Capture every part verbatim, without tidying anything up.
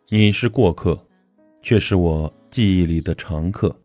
你是过客，却是我记忆里的常客。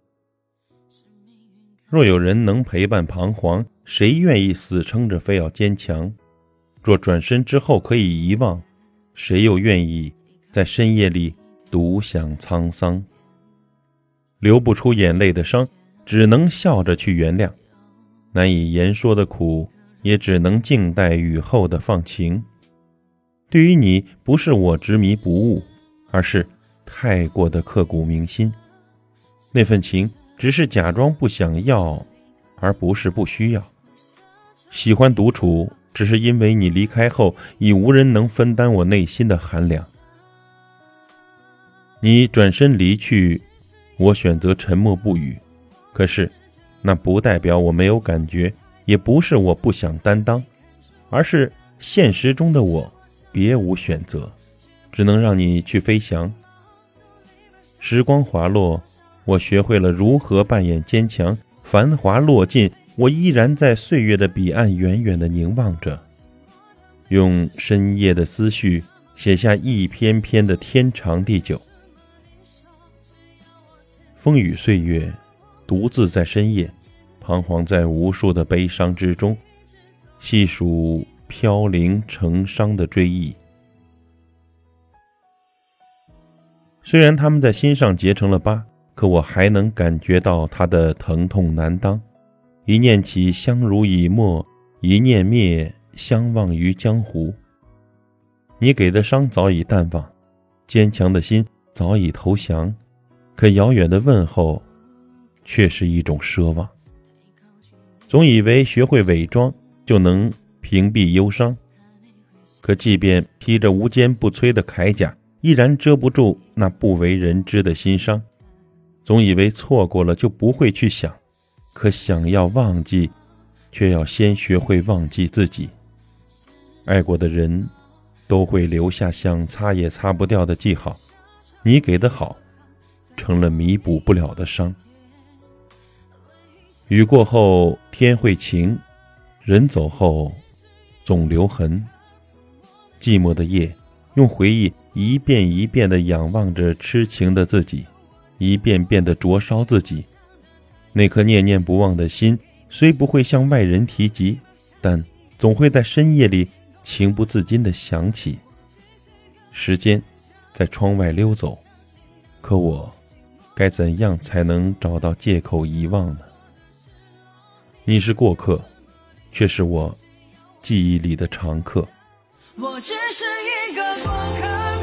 若有人能陪伴彷徨，谁愿意死撑着非要坚强？若转身之后可以遗忘，谁又愿意在深夜里独享沧桑？流不出眼泪的伤，只能笑着去原谅；难以言说的苦，也只能静待雨后的放晴。对于你，不是我执迷不悟，而是太过的刻骨铭心。那份情只是假装不想要，而不是不需要。喜欢独处，只是因为你离开后，已无人能分担我内心的寒凉。你转身离去，我选择沉默不语。可是那不代表我没有感觉，也不是我不想担当，而是现实中的我别无选择，只能让你去飞翔。时光滑落，我学会了如何扮演坚强。繁华落尽，我依然在岁月的彼岸远远地凝望着，用深夜的思绪写下一篇篇的天长地久。风雨岁月，独自在深夜彷徨在无数的悲伤之中，细数飘零成伤的追忆。虽然他们在心上结成了疤，可我还能感觉到它的疼痛难当。一念起，相濡以沫；一念灭，相忘于江湖。你给的伤早已淡忘，坚强的心早已投降，可遥远的问候却是一种奢望。总以为学会伪装就能屏蔽忧伤，可即便披着无坚不摧的铠甲，依然遮不住那不为人知的心伤。总以为错过了就不会去想，可想要忘记，却要先学会忘记自己。爱过的人都会留下想擦也擦不掉的记号，你给的好成了弥补不了的伤。雨过后天会晴，人走后总留痕。寂寞的夜，用回忆一遍一遍地仰望着痴情的自己，一遍遍地灼烧自己。那颗念念不忘的心，虽不会向外人提及，但总会在深夜里情不自禁地想起。时间在窗外溜走，可我该怎样才能找到借口遗忘呢？你是过客，却是我记忆里的常客。 我只是一个过客。